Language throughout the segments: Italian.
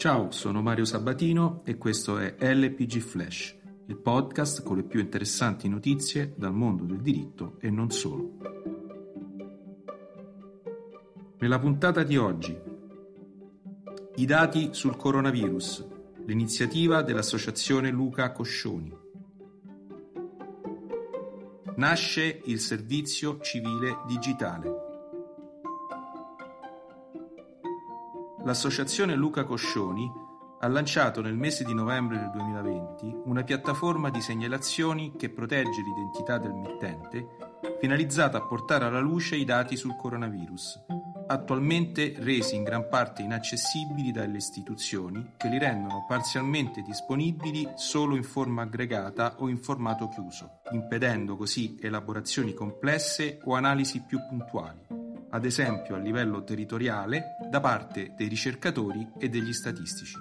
Ciao, sono Mario Sabatino e questo è LPG Flash, il podcast con le più interessanti notizie dal mondo del diritto e non solo. Nella puntata di oggi, i dati sul coronavirus, l'iniziativa dell'associazione Luca Coscioni. Nasce il servizio civile digitale. L'associazione Luca Coscioni ha lanciato nel mese di novembre del 2020 una piattaforma di segnalazioni che protegge l'identità del mittente, finalizzata a portare alla luce i dati sul coronavirus, attualmente resi in gran parte inaccessibili dalle istituzioni che li rendono parzialmente disponibili solo in forma aggregata o in formato chiuso, impedendo così elaborazioni complesse o analisi più puntuali, ad esempio a livello territoriale, da parte dei ricercatori e degli statistici.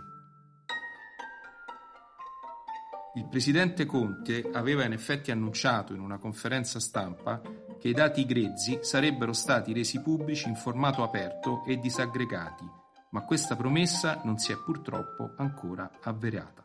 Il presidente Conte aveva in effetti annunciato in una conferenza stampa che i dati grezzi sarebbero stati resi pubblici in formato aperto e disaggregati, ma questa promessa non si è purtroppo ancora avverata.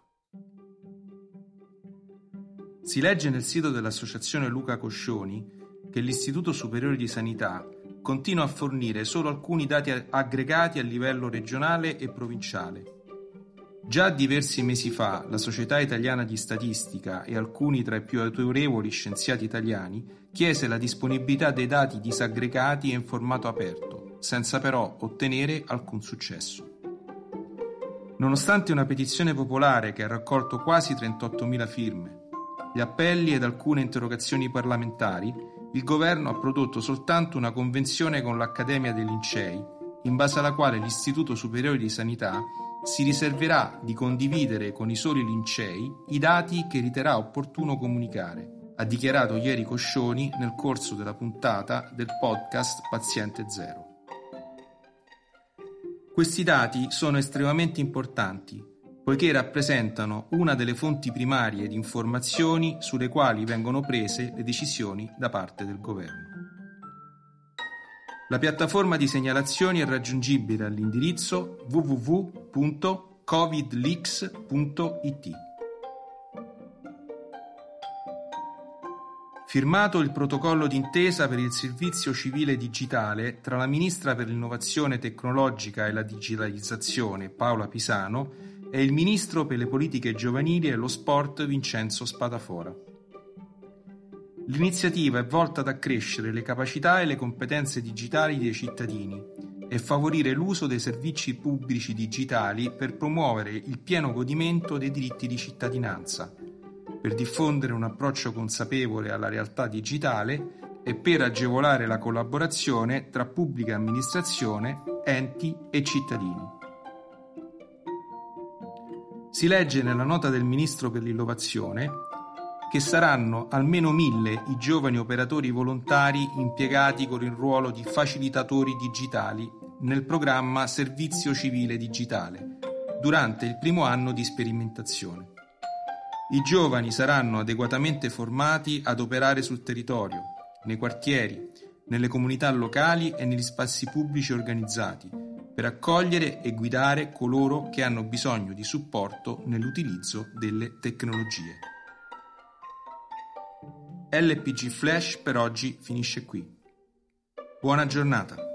Si legge nel sito dell'associazione Luca Coscioni che l'Istituto Superiore di Sanità continua a fornire solo alcuni dati aggregati a livello regionale e provinciale. Già diversi mesi fa la Società Italiana di Statistica e alcuni tra i più autorevoli scienziati italiani chiese la disponibilità dei dati disaggregati e in formato aperto, senza però ottenere alcun successo. Nonostante una petizione popolare che ha raccolto quasi 38.000 firme, gli appelli ed alcune interrogazioni parlamentari, il governo ha prodotto soltanto una convenzione con l'Accademia dei Lincei, in base alla quale l'Istituto Superiore di Sanità si riserverà di condividere con i soli lincei i dati che riterrà opportuno comunicare, ha dichiarato ieri Coscioni nel corso della puntata del podcast Paziente Zero. Questi dati sono estremamente importanti, poiché rappresentano una delle fonti primarie di informazioni sulle quali vengono prese le decisioni da parte del governo. La piattaforma di segnalazioni è raggiungibile all'indirizzo www.covidleaks.it. Firmato il protocollo d'intesa per il servizio civile digitale tra la Ministra per l'Innovazione Tecnologica e la Digitalizzazione Paola Pisano e il Ministro per le Politiche Giovanili e lo Sport Vincenzo Spadafora. L'iniziativa è volta ad accrescere le capacità e le competenze digitali dei cittadini e favorire l'uso dei servizi pubblici digitali per promuovere il pieno godimento dei diritti di cittadinanza, per diffondere un approccio consapevole alla realtà digitale e per agevolare la collaborazione tra pubblica amministrazione, enti e cittadini. Si legge nella nota del Ministro per l'Innovazione che saranno almeno 1.000 i giovani operatori volontari impiegati con il ruolo di facilitatori digitali nel programma Servizio Civile Digitale durante il primo anno di sperimentazione. I giovani saranno adeguatamente formati ad operare sul territorio, nei quartieri, nelle comunità locali e negli spazi pubblici organizzati, per accogliere e guidare coloro che hanno bisogno di supporto nell'utilizzo delle tecnologie. LPG Flash per oggi finisce qui. Buona giornata.